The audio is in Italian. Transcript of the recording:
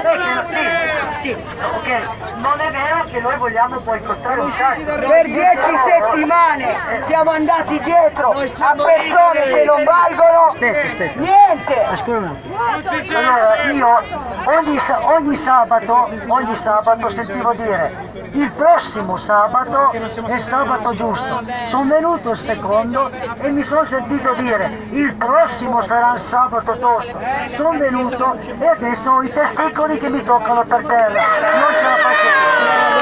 Sì, ok, non è vero che noi vogliamo boicottare un sacco. Per 10 settimane siamo andati dietro a persone che non valgono niente. Ascolta un attimo. Allora io ogni sabato sentivo dire il prossimo sabato è sabato giusto. Sono venuto il secondo e mi sono sentito dire il prossimo sarà il sabato tosto. Sono venuto e adesso ho i testicoli che mi toccano per terra. Non ce la faccio.